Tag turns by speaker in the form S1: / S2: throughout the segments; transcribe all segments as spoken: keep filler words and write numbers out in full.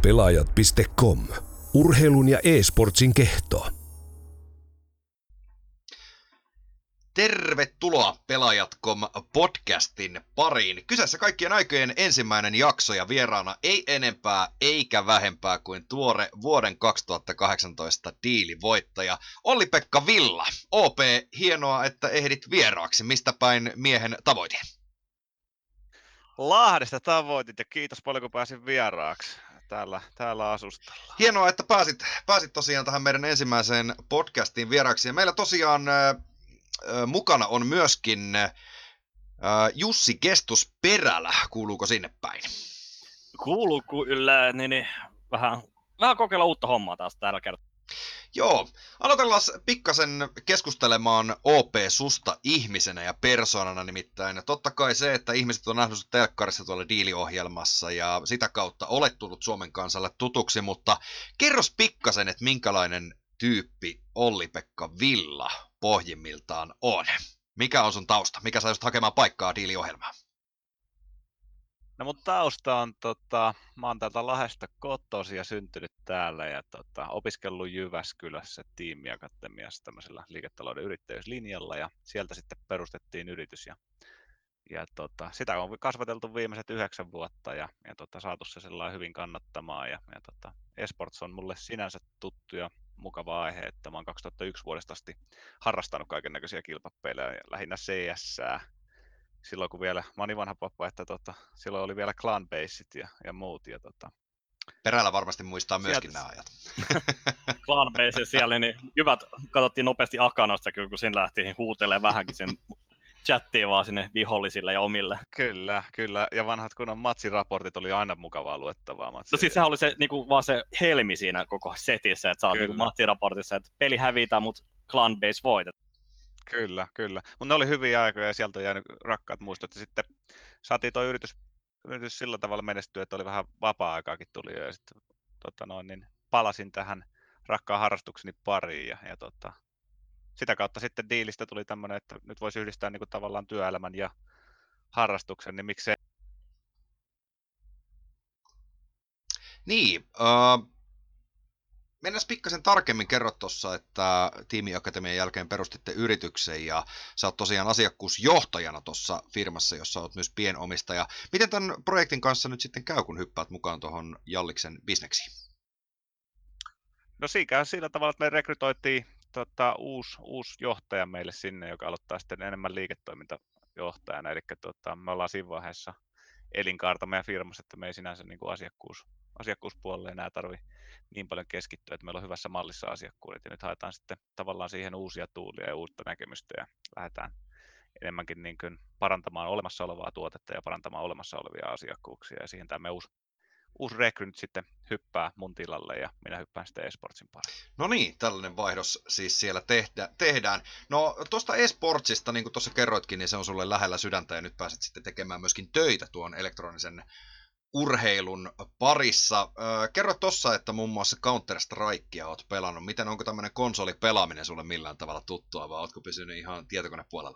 S1: Pelaajat piste com. Urheilun ja e-sportsin kehto.
S2: Tervetuloa Pelaajat piste com podcastin pariin. Kyseessä kaikkien aikojen ensimmäinen jakso ja vieraana ei enempää eikä vähempää kuin tuore vuoden kaksituhattakahdeksantoista diilivoittaja Olli-Pekka Villa. O P, hienoa, että ehdit vieraaksi. Mistä päin miehen tavoitin?
S3: Lahdesta tavoitit ja kiitos paljon kun pääsin vieraaksi täällä, täällä asustalla.
S2: Hienoa, että pääsit, pääsit tosiaan tähän meidän ensimmäiseen podcastiin vieraaksi. Ja meillä tosiaan äh, mukana on myöskin äh, Jussi Kestus Perälä. Kuuluuko sinne päin?
S4: Kuuluu kyllä, niin, niin vähän, vähän kokeilla uutta hommaa taas täällä kertaa.
S2: Joo, aloitellaan pikkasen keskustelemaan O P susta ihmisenä ja persoonana nimittäin. Totta kai se, että ihmiset on nähnyt sut telkkarissa tuolla diiliohjelmassa ja sitä kautta olet tullut Suomen kansalle tutuksi, mutta kerros pikkasen, että minkälainen tyyppi Olli-Pekka Villa pohjimmiltaan on. Mikä on sun tausta? Mikä sä just hakemaan paikkaa diiliohjelmaan?
S3: No mun tausta on, tota, mä oon täältä Lahdesta kotoisin ja syntynyt täällä ja tota, opiskellut Jyväskylässä tiimiakatemiassa tämmöisellä liiketalouden yrittäjyyslinjalla ja sieltä sitten perustettiin yritys ja, ja tota, sitä on kasvateltu viimeiset yhdeksän vuotta ja, ja tota, saatu se sellainen hyvin kannattamaan ja, ja tota, esports on mulle sinänsä tuttu ja mukava aihe, että mä oon kaksituhattayksi vuodesta asti harrastanut kaikennäköisiä kilpapelejä, lähinnä C S:ää. Silloin kun vielä, mä oon niin vanha pappa, että tota, silloin oli vielä clan-baseit ja, ja muut. Ja tota...
S2: Perällä varmasti muistaa myöskin
S3: Sieltä...
S2: nämä ajat.
S4: Clan-baseit siellä, niin jyvät katsottiin nopeasti Akanasta, kun siinä lähti huutelemaan vähänkin sen chattiin vaan sinne vihollisille ja omille.
S3: Kyllä, kyllä. Ja vanhat kunnon matsiraportit oli aina mukavaa luettavaa matsia.
S4: No siis sehän oli se, niinku, vaan se helmi siinä koko setissä, että sä oot niinku matsiraportissa, että peli hävitään, mutta clan-base voitet.
S3: Kyllä, kyllä. Mutta ne oli hyviä aikoja ja sieltä on jäänyt rakkaat muistot. Ja sitten saatiin tuo yritys, yritys sillä tavalla menestyä, että oli vähän vapaa-aikaakin tuli ja sitten tota noin, niin palasin tähän rakkaan harrastukseni pariin ja, ja tota, sitä kautta sitten diilistä tuli tämmöinen, että nyt voisi yhdistää niin kuin tavallaan työelämän ja harrastuksen, niin miksei.
S2: Niin, uh... mennään pikkasen tarkemmin, kerrot tuossa, että tiimiakatemian jälkeen perustitte yrityksen ja sä oot tosiaan asiakkuusjohtajana tuossa firmassa, jossa oot myös pienomistaja. Miten tämän projektin kanssa nyt sitten käy, kun hyppäät mukaan tuohon Jalliksen bisneksiin?
S3: No siinä käy sillä tavalla, että me rekrytoitiin tota, uusi, uusi johtaja meille sinne, joka aloittaa sitten enemmän liiketoimintajohtajana. Eli tota, me ollaan siinä vaiheessa elinkaarta meidän firmassa, että me ei sinänsä niin kuin asiakkuus, asiakkuuspuolelle enää tarvitse niin paljon keskittyä, että meillä on hyvässä mallissa asiakkuudet ja nyt haetaan sitten tavallaan siihen uusia tuulia ja uutta näkemystä ja lähdetään enemmänkin niin kuin parantamaan olemassa olevaa tuotetta ja parantamaan olemassa olevia asiakkuuksia ja siihen tämä uusi, uusi rekry nyt sitten hyppää mun tilalle ja minä hyppään sitten esportsin pariin.
S2: No niin, tällainen vaihdos siis siellä tehdä, tehdään. No tuosta esportsista, niin kuin tuossa kerroitkin, niin se on sulle lähellä sydäntä ja nyt pääset sitten tekemään myöskin töitä tuon elektronisen urheilun parissa. Öö, kerro tossa, että muun muassa Counter-Strikea oot pelannut. Miten, onko tämmöinen konsolipelaaminen sulle millään tavalla tuttua, vai ootko pysynyt ihan tietokonepuolella?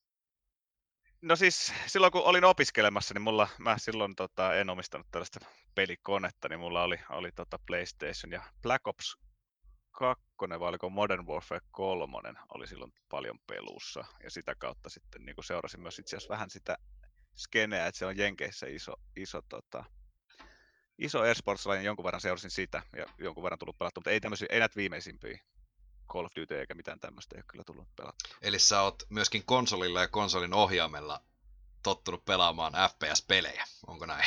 S3: No siis silloin kun olin opiskelemassa, niin mulla, mä silloin tota, en omistanut tällaista pelikonetta, niin mulla oli, oli tota PlayStation ja Black Ops kaksi, vai oliko Modern Warfare kolme, oli silloin paljon pelussa. Ja sitä kautta sitten niin seurasin myös itse asiassa vähän sitä skeneä, että se on Jenkeissä iso, iso, tota, iso esports-laji, jonkun verran seurasin sitä ja jonkun verran tullut pelattua, mutta ei, ei näitä viimeisimpiä Call of Duty eikä mitään tämmöistä ei ole kyllä tullut pelattua.
S2: Eli sä oot myöskin konsolilla ja konsolin ohjaimella tottunut pelaamaan F P S-pelejä, onko näin?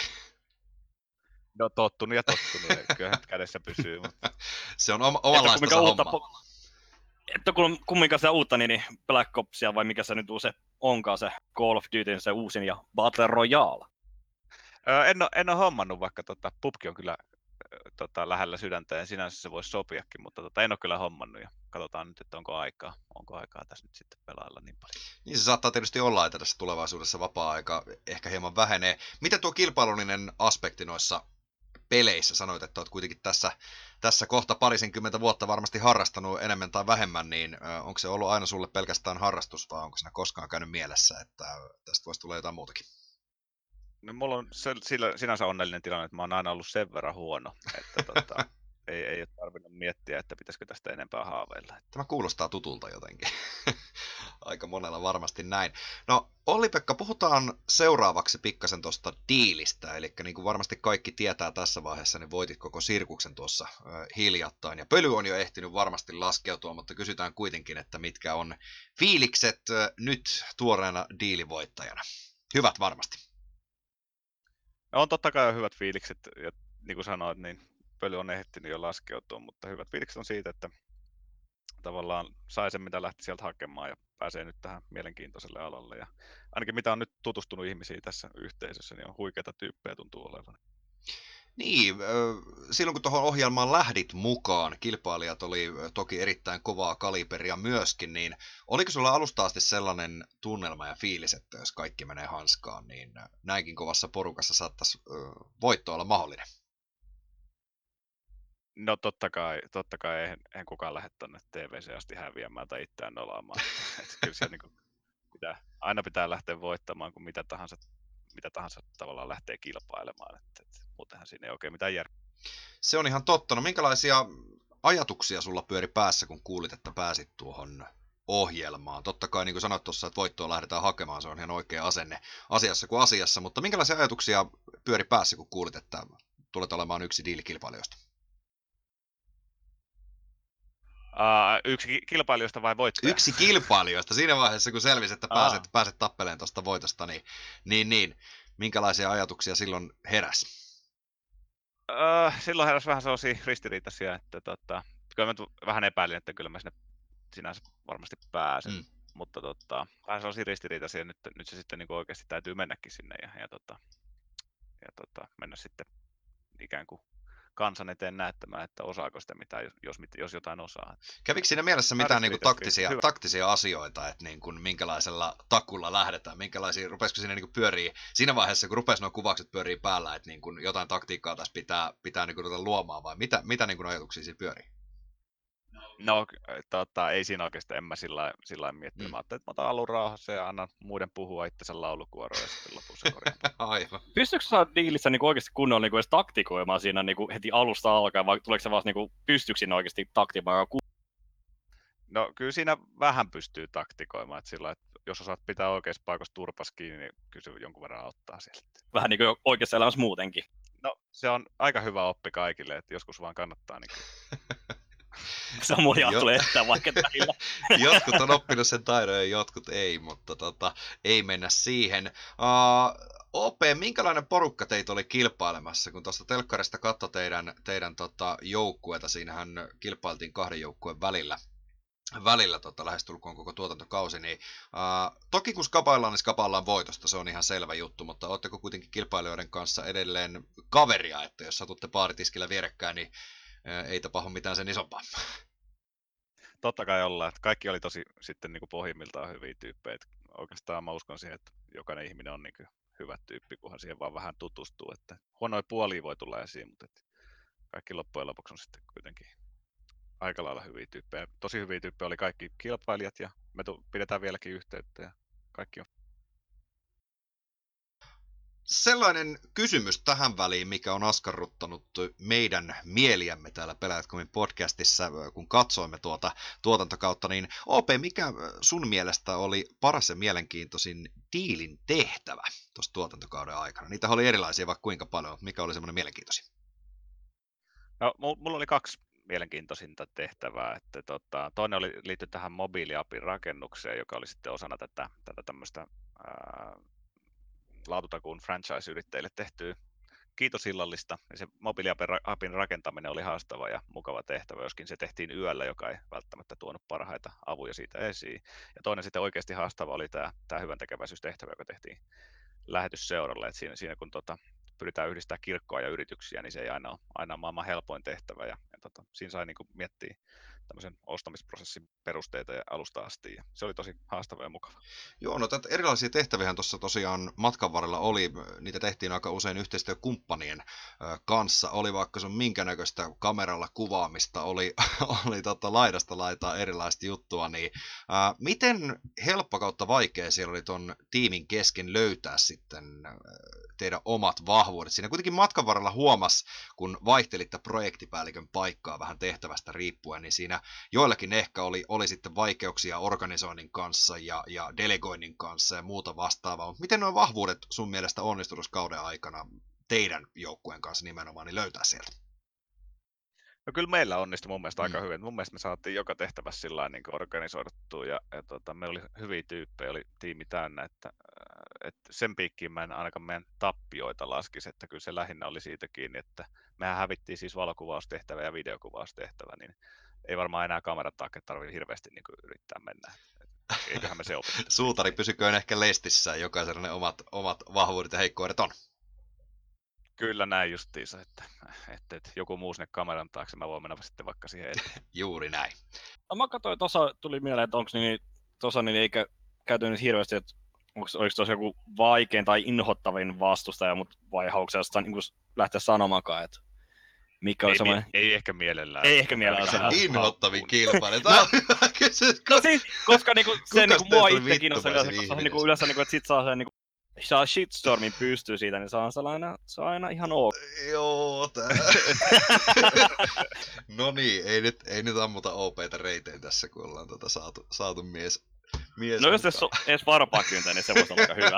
S3: No tottunut ja tottunut, kyllä kädessä pysyy. Mutta...
S2: se on oma, omanlaista se homma.
S4: Po- että kun kumminkaan se uutta, niin Black Opsia vai mikä se nyt se onkaan se Call of Duty, se uusin ja Battle Royale?
S3: Öö, en, ole, en ole hommannut, vaikka tota, pubki on kyllä tota, lähellä sydäntä ja sinänsä se voisi sopiakin, mutta tota, en ole kyllä hommannut ja katsotaan nyt, että onko aikaa, onko aikaa tässä nyt sitten pelailla niin paljon.
S2: Niin se saattaa tietysti olla, että tässä tulevaisuudessa vapaa-aika ehkä hieman vähenee. Miten tuo kilpailullinen aspekti noissa peleissä, sanoit, että olet kuitenkin tässä, tässä kohta parisenkymmentä vuotta varmasti harrastanut enemmän tai vähemmän, niin onko se ollut aina sulle pelkästään harrastus vai onko siinä koskaan käynyt mielessä, että tästä voisi tulla jotain muutakin?
S3: No, mulla on se, sillä, sinänsä onnellinen tilanne, että mä oon aina ollut sen verran huono, että tota, ei, ei ole tarvinnut miettiä, että pitäisikö tästä enempää haaveilla.
S2: Tämä kuulostaa tutulta jotenkin. Aika monella varmasti näin. No Olli-Pekka, puhutaan seuraavaksi pikkasen tuosta diilistä. Eli niin kuin varmasti kaikki tietää tässä vaiheessa, niin voitit koko sirkuksen tuossa äh, hiljattain. Ja pöly on jo ehtinyt varmasti laskeutua, mutta kysytään kuitenkin, että mitkä on fiilikset äh, nyt tuoreena diilivoittajana. Hyvät varmasti.
S3: No, on totta kai hyvät fiilikset, ja niin kuin sanoit, niin pöly on ehtinyt jo laskeutua, mutta hyvät fiilikset on siitä, että tavallaan sai sen, mitä lähti sieltä hakemaan ja pääsee nyt tähän mielenkiintoiselle alalle. Ja ainakin mitä on nyt tutustunut ihmisiin tässä yhteisössä, niin on huikeita tyyppejä tuntuu olevan.
S2: Niin, silloin kun tuohon ohjelmaan lähdit mukaan, kilpailijat oli toki erittäin kovaa kaliberia myöskin, niin oliko sulla alusta asti sellainen tunnelma ja fiilis, että jos kaikki menee hanskaan, niin näinkin kovassa porukassa saattaisi voitto olla mahdollinen?
S3: No totta kai, totta kai eihän, eihän kukaan lähde tuonne T V C asti häviämään tai itseään nolaamaan. Että kyllä siellä niin pitää, aina pitää lähteä voittamaan, kun mitä tahansa, mitä tahansa tavallaan lähtee kilpailemaan. Että, että muutenhan siinä ei oikein mitään järkeä.
S2: Se on ihan totta. No minkälaisia ajatuksia sulla pyöri päässä, kun kuulit, että pääsit tuohon ohjelmaan? Totta kai niin kuin sanoit tuossa, että voittoa lähdetään hakemaan, se on ihan oikea asenne asiassa kuin asiassa, mutta minkälaisia ajatuksia pyöri päässä, kun kuulit, että tulet olemaan yksi diilikilpailijoista?
S3: Uh, yksi kilpailijoista vai voittaja?
S2: Yksi kilpailijoista. Siinä vaiheessa, kun selvisi, että pääset, pääset tappeleen tuosta voitosta, niin, niin, niin minkälaisia ajatuksia silloin heräsi?
S3: Uh, silloin heräsi vähän sellaisia ristiriitaisia, että tota, kyllä mä vähän epäilin, että kyllä mä sinne sinänsä varmasti pääsen. Mm. Mutta tota, vähän sellaisia ristiriitaisia, ja nyt, nyt se sitten niin kuin oikeasti täytyy mennäkin sinne ja, ja, tota, ja tota, mennä sitten ikään kuin kansan eteen näyttämään, että osaako sitä mitään, jos, jos jotain osaa.
S2: Kävikö siinä mielessä mitään niin kuin taktisia, taktisia asioita, että niin kuin minkälaisella takulla lähdetään, minkälaisia, rupesiko siinä niin kuin pyörii, siinä vaiheessa kun rupesi nuo kuvaukset pyörii päällä, että niin kuin jotain taktiikkaa tässä pitää, pitää niin kuin ruveta luomaan, vai mitä, mitä niin kuin ajatuksia siinä pyörii?
S3: No tota, ei siinä oikeastaan, en mä sillä lailla miettinyt. Mm. Mä ajattelin, että mä otan alun rauhassa ja annan muiden puhua itsensä laulukuoroon ja sitten lopussa korjaamaan.
S2: Aivan.
S4: Pystyykö sä diilissä niin oikeasti kunnolla niin edes taktikoimaan siinä niin heti alusta alkaen, vai tuleeko se vaan niin pystyykö siinä oikeasti taktikoimaan?
S3: No kyllä siinä vähän pystyy taktikoimaan, että sillä, että jos osaat pitää oikeassa paikassa turpas kiinni, niin kyllä se jonkun verran auttaa sieltä.
S4: Vähän niin kuin oikeassa elämässä muutenkin.
S3: No se on aika hyvä oppi kaikille, että joskus vaan kannattaa niin
S4: Samuli tulee ehtää vaikka välillä.
S2: Jotkut on oppinut sen taidon ja jotkut ei, mutta tota, ei mennä siihen. Uh, O P, minkälainen porukka teitä oli kilpailemassa, kun tuosta telkkarista katsoi teidän, teidän tota, joukkueita, siinähän kilpailtiin kahden joukkueen välillä, välillä tota, lähestulkoon koko tuotantokausi, niin uh, toki kun skapaillaan, niin skapaillaan voitosta, se on ihan selvä juttu, mutta ootteko kuitenkin kilpailijoiden kanssa edelleen kaveria, että jos satutte baaritiskillä vierekkäin, niin ei tapahdu mitään sen isompaa.
S3: Totta kai ollaan, että kaikki oli tosi sitten niin kuin pohjimmiltaan hyviä tyyppejä. Oikeastaan mä uskon siihen, että jokainen ihminen on niin kuin hyvä tyyppi, kunhan siihen vaan vähän tutustuu. Että huonoja puolia voi tulla esiin, mutta että kaikki loppujen lopuksi on sitten kuitenkin aika lailla hyviä tyyppejä. Tosi hyviä tyyppejä oli kaikki kilpailijat ja me pidetään vieläkin yhteyttä ja kaikki on.
S2: Sellainen kysymys tähän väliin, mikä on askarruttanut meidän mieliämme täällä Pelaajat piste comin podcastissa, kun katsoimme tuota tuotantokautta, niin O P, mikä sun mielestä oli paras ja mielenkiintoisin diilin tehtävä tuossa tuotantokauden aikana? Niitä oli erilaisia vaikka kuinka paljon, mutta mikä oli semmoinen mielenkiintoisin?
S3: No, mulla oli kaksi mielenkiintoisinta tehtävää. Että tota, toinen oli liittyi tähän mobiiliapin rakennukseen, joka oli sitten osana tätä, tätä tämmöistä ää, laatutakuun franchise-yrittäjille tehtyä kiitosillallista. Ja se mobiiliapin rakentaminen oli haastava ja mukava tehtävä, joskin se tehtiin yöllä, joka ei välttämättä tuonut parhaita avuja siitä esiin. Ja toinen sitten oikeasti haastava oli tämä, tämä hyvän tekeväisyystehtävä, joka tehtiin lähetysseuralle. Et siinä, siinä kun tota, pyritään yhdistämään kirkkoa ja yrityksiä, niin se ei aina ole, aina ole maailman helpoin tehtävä. Ja, ja tota, siinä sai niin kuin miettiä, tämmöisen ostamisprosessin perusteita ja alusta asti. Ja se oli tosi haastava ja mukava.
S2: Joo, no tätä erilaisia tehtäviä tuossa tosiaan matkan varrella oli. Niitä tehtiin aika usein yhteistyökumppanien kanssa. Oli vaikka sun minkä näköistä kameralla kuvaamista, oli, oli tota laidasta laitaa erilaista juttua. Niin, ää, miten helppo kautta vaikea siellä oli ton tiimin kesken löytää sitten teidän omat vahvuudet? Siinä kuitenkin matkan varrella huomas, kun vaihtelitte projektipäällikön paikkaa vähän tehtävästä riippuen, niin siinä joillakin ehkä oli, oli sitten vaikeuksia organisoinnin kanssa ja, ja delegoinnin kanssa ja muuta vastaavaa. Mutta miten nuo vahvuudet sun mielestä onnistunut kauden aikana teidän joukkueen kanssa nimenomaan niin löytää sieltä?
S3: No kyllä meillä onnistui mun mielestä aika
S2: Mm.
S3: hyvin. Mun mielestä me saatiin joka tehtävässä sillä lailla niin organisoiduttua ja, ja tota, meillä oli hyviä tyyppejä, oli tiimi täynnä, että, että sen piikkiin mä en ainakaan meidän tappioita laskisi, että kyllä se lähinnä oli siitä kiinni, että mehän hävittiin siis valokuvaustehtävä ja videokuvaustehtävä, niin ei varmaan enää kameran takia tarvitse hirveästi niin kuin yrittää mennä. Eiköhän me se opittu.
S2: Suutari pysyköön ehkä lestissään, jokaisella ne omat, omat vahvuudet ja heikkoudet on.
S3: Kyllä näin justiinsa, että, että, että joku muu sinne kameran taakse, mä voin mennä sitten vaikka siihen eteen.
S2: Juuri näin.
S4: No mä katsoin, tuossa tuli mieleen, että onko niin, tuossa niin eikä käyty nyt hirveästi, että onko, oliko tuossa joku vaikein tai inhottavin vastustaja, mutta vai haluatko sä jostain niin lähteä sanomaankaan, että mikä on
S3: Ei,
S4: semmoinen...
S3: ei, ei ehkä mielellään.
S4: Ei ehkä mielellään se.
S2: Inhottavin kilpailu. Tämä on hyvä kysymys.
S4: No siis, koska niinku, se
S2: Kukas
S4: niinku, mua
S2: teistä oli
S4: itse kiinnostaa, koska
S2: vittumaisen
S4: se on
S2: ihminen?
S4: niinku, yleensä, niinku, että sit saa sen niinku, saa shitstormin pystyy siitä, niin se on sellainen, se on aina ihan ok.
S2: Joo, tää. No niin, ei nyt, ei nyt ammuta O P:tä reiteen tässä, kun ollaan tota saatu, saatu mies, mies
S4: No jos
S2: mukaan.
S4: se so, edes varpaa kyntä, niin se voisi olla aika hyvä.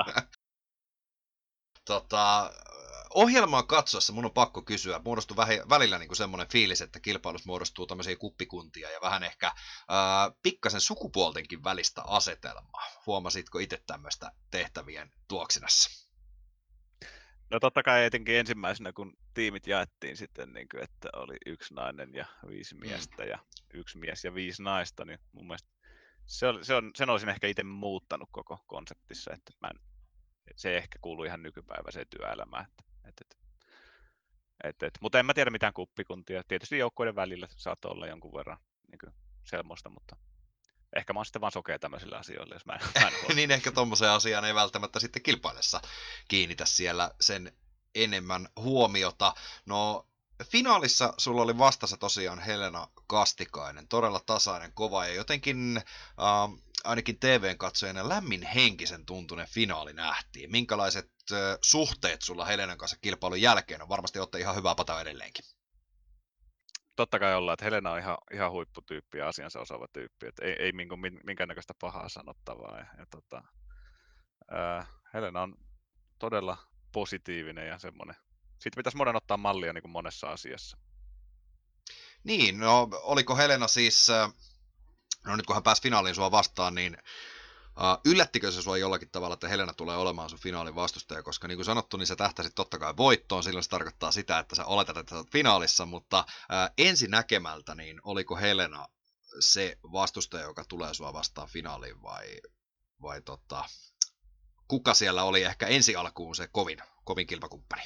S2: Tota, ohjelmaa katsoessa mun on pakko kysyä, muodostuu vähi- välillä niinku semmoinen fiilis, että kilpailussa muodostuu tämmöisiä kuppikuntia ja vähän ehkä ää, pikkasen sukupuoltenkin välistä asetelmaa. Huomasitko itse tämmöistä tehtävien tuoksinassa?
S3: No totta kai etenkin ensimmäisenä, kun tiimit jaettiin sitten, niin kuin, että oli yksi nainen ja viisi miestä ja yksi mies ja viisi naista, niin mun mielestä se oli, se on, sen olisin ehkä itse muuttanut koko konseptissa, että mä en, se ehkä kuuluu ihan nykypäiväiseen työelämään. Että, että, että, että, että, mutta en mä tiedä mitään kuppikuntia. Tietysti joukkueiden välillä saattoi olla jonkun verran niin kuin semmoista, mutta ehkä mä oon sitten vaan sokea tämmöisille asioille, jos mä en, mä en huomaa.
S2: Niin ehkä tommoseen asiaan ei välttämättä sitten kilpailessa kiinnitä siellä sen enemmän huomiota. No finaalissa sulla oli vastassa tosiaan Helena Kastikainen, todella tasainen, kova ja jotenkin äh, ainakin T V:n katsojana lämmin henkisen tuntunen finaali nähtiin. Minkälaiset äh, suhteet sulla Helenan kanssa kilpailun jälkeen on? Varmasti olette ihan hyvää pataa edelleenkin.
S3: Totta kai ollaan, että Helena on ihan, ihan huipputyyppi ja asiansa osaava tyyppi, että ei, ei minkäännäköistä pahaa sanottavaa. Ja, ja tota, ää, Helena on todella positiivinen ja semmoinen. Siitä pitäisi monen ottaa mallia niin kuin monessa asiassa.
S2: Niin, no oliko Helena siis, äh, no nyt kun hän pääsi finaaliin sua vastaan, niin Uh, yllättikö se sua jollakin tavalla, että Helena tulee olemaan sun finaalin vastustaja, koska niin kuin sanottu, niin sä tähtäsit totta kai voittoon, silloin se tarkoittaa sitä, että sä oletat, että sä oot finaalissa, mutta uh, ensi näkemältä, niin oliko Helena se vastustaja, joka tulee sua vastaan finaaliin, vai, vai tota, kuka siellä oli ehkä ensi alkuun se kovin, kovin kilpakumppani?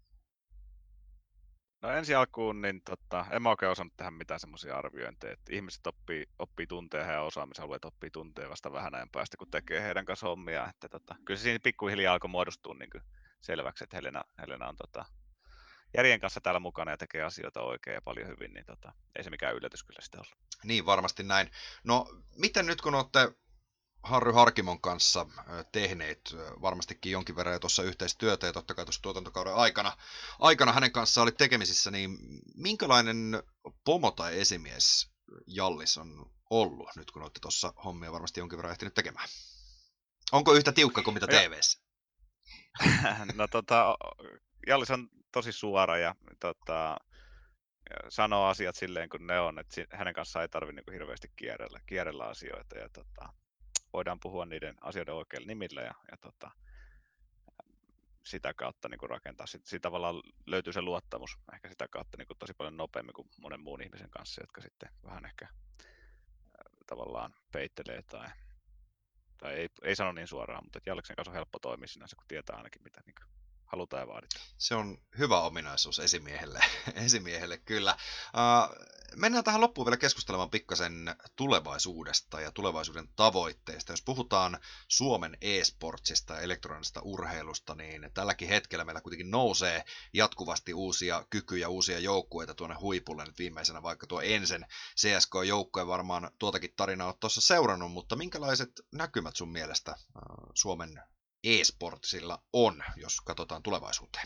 S3: No ensi alkuun, niin tota, en mä oikein osannut tehdä mitään semmoisia arviointeja, että ihmiset oppii, oppii tunteja heidän osaamisalueet oppii tunteja vasta vähän ajan päästä, kun tekee heidän kanssa hommia. Että tota, kyllä se siinä pikkuhiljaa alkoi muodostua niin kuin selväksi, että Helena, Helena on tota, järjen kanssa täällä mukana ja tekee asioita oikein ja paljon hyvin, niin tota, ei se mikään yllätys kyllä sitten ollut.
S2: Niin, varmasti näin. No, miten nyt kun olette Harry Harkimon kanssa tehneet varmastikin jonkin verran jo tuossa yhteistyötä ja totta kai tuossa tuotantokauden aikana, aikana hänen kanssaan olit tekemisissä, niin minkälainen pomo tai esimies Jallis on ollut nyt kun olette tuossa hommia varmasti jonkin verran ehtinyt tekemään? Onko yhtä tiukka kuin mitä T V:ssä?
S3: No tota, Jallis on tosi suora ja tota, sanoo asiat silleen kun ne on, että hänen kanssaan ei tarvitse niinku hirveästi kierrellä, kierrellä asioita ja tota, voidaan puhua niiden asioiden oikeilla nimillä ja, ja tota, sitä kautta niin kuin rakentaa. Sitten sit tavallaan löytyy se luottamus ehkä sitä kautta niin kuin tosi paljon nopeammin kuin monen muun ihmisen kanssa, jotka sitten vähän ehkä äh, tavallaan peittelee tai, tai ei, ei sano niin suoraan, mutta Jalliksen kanssa on helppo toimia sinänsä, kun tietää ainakin mitä niin kuin halutaan ja vaaditaan.
S2: Se on hyvä ominaisuus esimiehelle, esimiehelle kyllä. Uh, Mennään tähän loppuun vielä keskustelemaan pikkasen tulevaisuudesta ja tulevaisuuden tavoitteista. Jos puhutaan Suomen e-sportsista ja elektronisesta urheilusta, niin tälläkin hetkellä meillä kuitenkin nousee jatkuvasti uusia kykyjä, uusia joukkueita tuonne huipulle. Nyt viimeisenä vaikka tuo Ensen C S K-joukkue, varmaan tuotakin tarinaa olet tuossa seurannut, mutta minkälaiset näkymät sun mielestä Suomen e-sportsilla on, jos katsotaan tulevaisuuteen?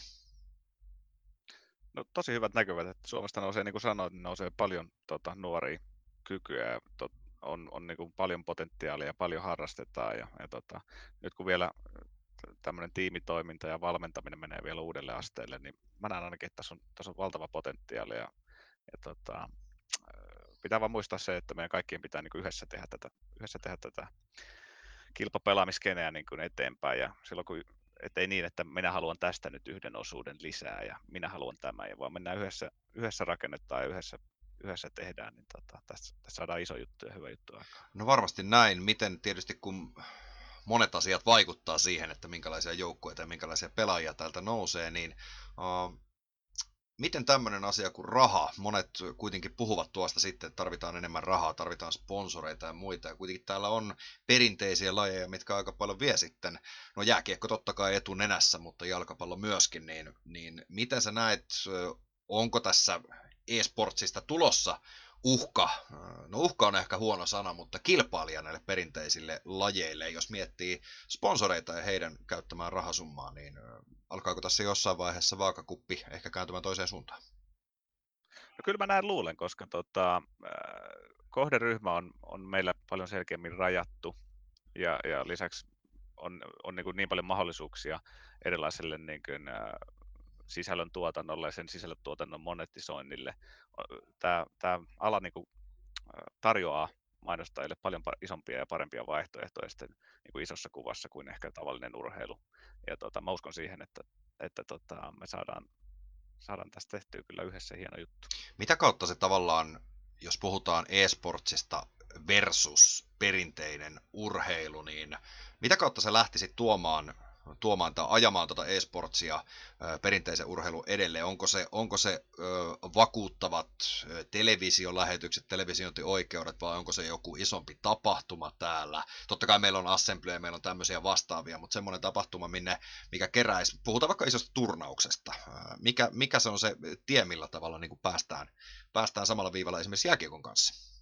S3: No tosi hyvät näkyvät, että Suomesta nousee, niin kuin sanoit, niin nousee paljon tota, nuoria kykyjä ja tot, on, on niin kuin paljon potentiaalia ja paljon harrastetaan ja, ja tota, nyt kun vielä tämmöinen tiimitoiminta ja valmentaminen menee vielä uudelle asteelle, niin mä näen ainakin, että tässä on, tässä on valtava potentiaali ja, ja tota, pitää vaan muistaa se, että meidän kaikkien pitää niin kuin yhdessä tehdä tätä, yhdessä tehdä tätä kilpapelaamiskeneä niin kuin eteenpäin ja silloin kun että ei niin, että minä haluan tästä nyt yhden osuuden lisää ja minä haluan tämän, ja vaan mennään yhdessä, yhdessä rakennetaan ja yhdessä, yhdessä tehdään, niin tota, tässä, tässä saadaan iso juttu ja hyvä juttu aikaan.
S2: No varmasti näin. Miten tietysti kun monet asiat vaikuttaa siihen, että minkälaisia joukkueita ja minkälaisia pelaajia täältä nousee, niin uh, miten tämmöinen asia kuin raha, monet kuitenkin puhuvat tuosta sitten, että tarvitaan enemmän rahaa, tarvitaan sponsoreita ja muita, ja kuitenkin täällä on perinteisiä lajeja, mitkä aika paljon vie sitten, no jääkiekko totta kai etunenässä, mutta jalkapallo myöskin, niin, niin miten sä näet, onko tässä e-sportsista tulossa uhka, no uhka on ehkä huono sana, mutta kilpailija näille perinteisille lajeille, jos miettii sponsoreita ja heidän käyttämään rahasummaa, niin alkaako tässä jossain vaiheessa vaakakuppi ehkä kääntymään toiseen suuntaan?
S3: No kyllä mä näin luulen, koska tota, kohderyhmä on, on meillä paljon selkeämmin rajattu ja, ja lisäksi on, on niin, kuin niin paljon mahdollisuuksia erilaiselle niin kuin, sisällön tuotannolle ja sen sisällön tuotannon monetisoinnille. Tämä, tämä ala niin kuin tarjoaa mainostajille paljon isompia ja parempia vaihtoehtoja sitten niin kuin isossa kuvassa kuin ehkä tavallinen urheilu. Ja tota, mä uskon siihen, että, että tota, me saadaan, saadaan tästä tehtyä kyllä yhdessä hieno juttu.
S2: Mitä kautta se tavallaan, jos puhutaan e-sportsista versus perinteinen urheilu, niin mitä kautta se lähtisi tuomaan tuomaan tai ajamaan tuota e-sportsia perinteisen urheilun edelleen? Onko se, onko se ö, vakuuttavat televisiolähetykset, televisiointioikeudet vai onko se joku isompi tapahtuma täällä? Totta kai meillä on assemblyä ja meillä on tämmöisiä vastaavia, mutta semmoinen tapahtuma, minne, mikä keräisi, puhutaan vaikka isosta turnauksesta. Mikä, mikä se on se tie, millä tavalla niin kuin päästään, päästään samalla viivalla esimerkiksi jääkiekon kanssa?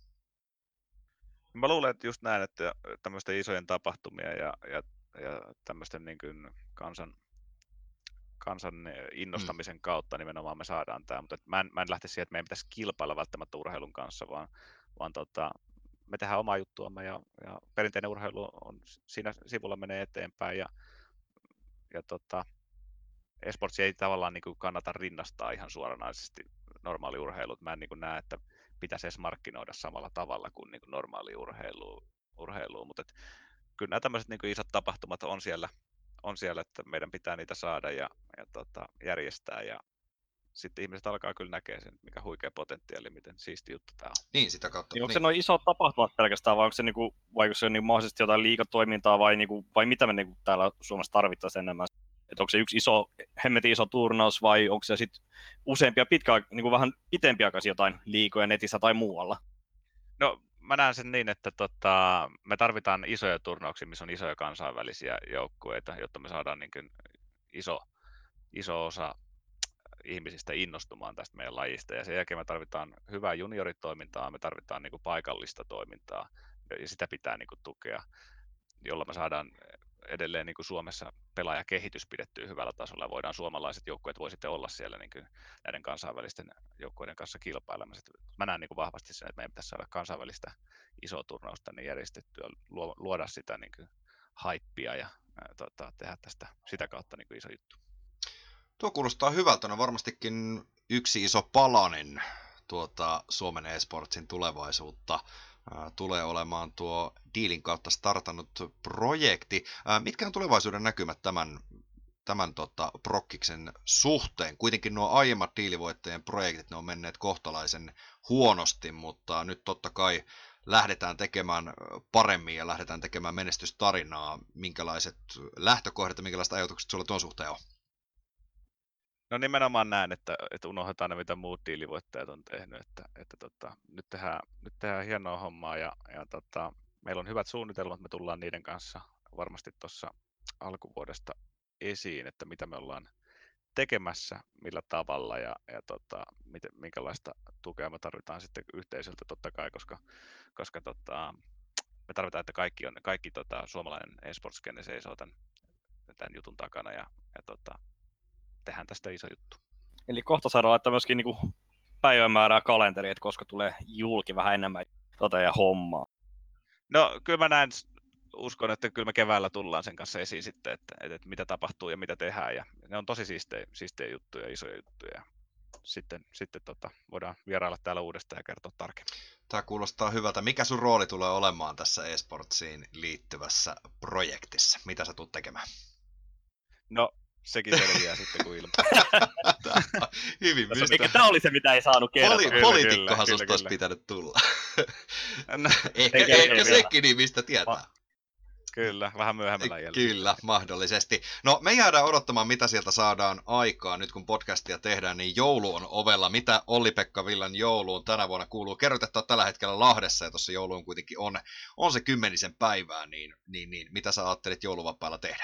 S3: Mä luulen, että just näin, että tämmöisten isojen tapahtumia ja, ja ja tämmöisten niin kuin kansan, kansan innostamisen mm. kautta nimenomaan me saadaan tämä, mutta mä en, mä en lähte siihen, että meidän pitäisi kilpailla välttämättä urheilun kanssa, vaan, vaan tota, me tehdään omaa juttuamme ja, ja perinteinen urheilu on siinä sivulla menee eteenpäin ja, ja tota, esportsi ei tavallaan niin kuin kannata rinnastaa ihan suoranaisesti normaali urheilu, mä en niin kuin näe, että pitäisi edes markkinoida samalla tavalla kuin, niin kuin normaali urheilu, urheilu. Mutta et, kyllä nämä tämmöiset niin kuin isot tapahtumat on siellä, on siellä, että meidän pitää niitä saada ja, ja tota, järjestää ja sitten ihmiset alkaa kyllä näkee sen, mikä huikea potentiaali, miten siisti juttu tämä on.
S2: Niin, sitä kautta.
S4: Niin onko
S2: niin.
S4: se noin isot tapahtumat pelkästään vai onko se, niinku, vai onko se niinku mahdollisesti jotain liikatoimintaa vai, niinku, vai mitä me niinku täällä Suomessa tarvittaisiin enemmän? Että onko se yksi iso, hemmetin iso turnaus vai onko se sitten useampia pitkä, niinku vähän pitempiaikaisia jotain liikoja netissä tai muualla?
S3: No mä näen sen niin, että tota, me tarvitaan isoja turnauksia, missä on isoja kansainvälisiä joukkueita, jotta me saadaan niin kuin iso, iso osa ihmisistä innostumaan tästä meidän lajista. Ja sen jälkeen me tarvitaan hyvää junioritoimintaa, me tarvitaan niin kuin paikallista toimintaa ja sitä pitää niin kuin tukea, jolla me saadaan edelleen niin kuin Suomessa pelaajakehitys pidettyä hyvällä tasolla ja voidaan suomalaiset joukkueet voi sitten olla siellä niin kuin näiden kansainvälisten joukkueiden kanssa kilpailemassa. Mä näen niin kuin vahvasti sen, että meidän pitäisi saada kansainvälistä isoa turnausta niin järjestettyä, luoda sitä niin kuin haippia ja ää, tota, tehdä tästä sitä kautta niin kuin iso juttu.
S2: Tuo kuulostaa hyvältä, no varmastikin yksi iso palanen tuota Suomen e-sportsin tulevaisuutta tulee olemaan tuo Dealin kautta startannut projekti. Mitkä on tulevaisuuden näkymät tämän, tämän tota, prokkiksen suhteen? Kuitenkin nuo aiemmat diilivoittajien projektit, ne on menneet kohtalaisen huonosti, mutta nyt totta kai lähdetään tekemään paremmin ja lähdetään tekemään menestystarinaa. Minkälaiset lähtökohdat ja minkälaiset ajatukset sulla tuon suhteen on?
S3: No nimenomaan näin, että, että unohdetaan ne, mitä muut diilivoittajat on tehnyt, että, että tota, nyt, tehdään, nyt tehdään hienoa hommaa ja, ja tota, meillä on hyvät suunnitelmat, me tullaan niiden kanssa varmasti tuossa alkuvuodesta esiin, että mitä me ollaan tekemässä, millä tavalla ja, ja tota, miten, minkälaista tukea me tarvitaan sitten yhteisöltä totta kai, koska, koska tota, me tarvitaan, että kaikki, on, kaikki tota, suomalainen e-sports-skene seisoo tämän, tämän jutun takana ja, ja tota, tehdään tästä iso juttu.
S4: Eli kohta saadaan laittaa myöskin niinku päivämäärää kalenteriin, että koska tulee julki vähän enemmän tota ja hommaa.
S3: No kyllä mä näen, uskon, että kyllä me keväällä tullaan sen kanssa esiin sitten, että, että, että mitä tapahtuu ja mitä tehdään. Ja ne on tosi siistejä, siistejä juttuja, isoja juttuja. Sitten, sitten tota, voidaan vierailla täällä uudestaan ja kertoa tarkemmin.
S2: Tämä kuulostaa hyvältä. Mikä sun rooli tulee olemaan tässä eSportsiin liittyvässä projektissa? Mitä sä tulet tekemään?
S3: No, sekin selviää sitten, kun ilmoittaa.
S2: Hyvin
S4: Eikä
S2: mistä?
S4: tämä oli se, mitä ei saanut kertoa.
S2: Poli-
S3: Kyllä,
S2: poliitikkohan
S3: kyllä,
S2: susta
S3: kyllä,
S2: olisi
S3: kyllä.
S2: pitänyt tulla.
S3: No,
S2: ehkä
S4: Ei, ei,
S2: ehkä
S4: ei
S2: sekin, niin mistä tietää.
S3: kyllä, vähän myöhemmällä jälkeen.
S2: Kyllä, mahdollisesti. No, me jäädään odottamaan, mitä sieltä saadaan aikaa. Nyt kun podcastia tehdään, niin joulu on ovella. Mitä Olli-Pekka Villan jouluun tänä vuonna kuuluu? Kerrotettua tällä hetkellä Lahdessa, ja tuossa jouluun kuitenkin on, on se kymmenisen päivää, niin, niin, niin mitä sä ajattelit jouluvapailla tehdä?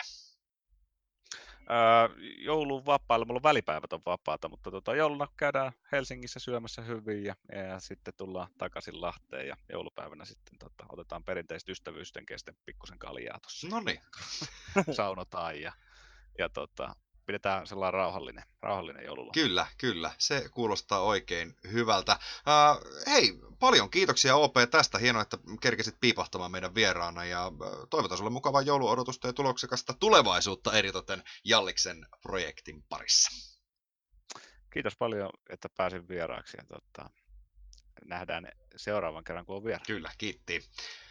S3: Öö, joulun vapailla, mulla on välipäivät on vapaata, mutta tota, jouluna käydään Helsingissä syömässä hyvin ja, ja sitten tullaan takaisin Lahteen ja joulupäivänä sitten tota, otetaan perinteiset ystävyysten kesken pikkusen kaljaa tuossa.
S2: No niin.
S3: Saunotaan ja, ja tota, pidetään sellainen rauhallinen, rauhallinen joululoma.
S2: Kyllä, kyllä. Se kuulostaa oikein hyvältä. Uh, hei, paljon kiitoksia O P tästä. Hienoa, että kerkesit piipahtamaan meidän vieraana ja uh, toivotan sulle mukavaa jouluodotusta ja tuloksekasta tulevaisuutta eritoten Jalliksen projektin parissa.
S3: Kiitos paljon, että pääsin vieraaksi ja tota, nähdään seuraavan kerran, kun on vieras.
S2: Kyllä, kiitti.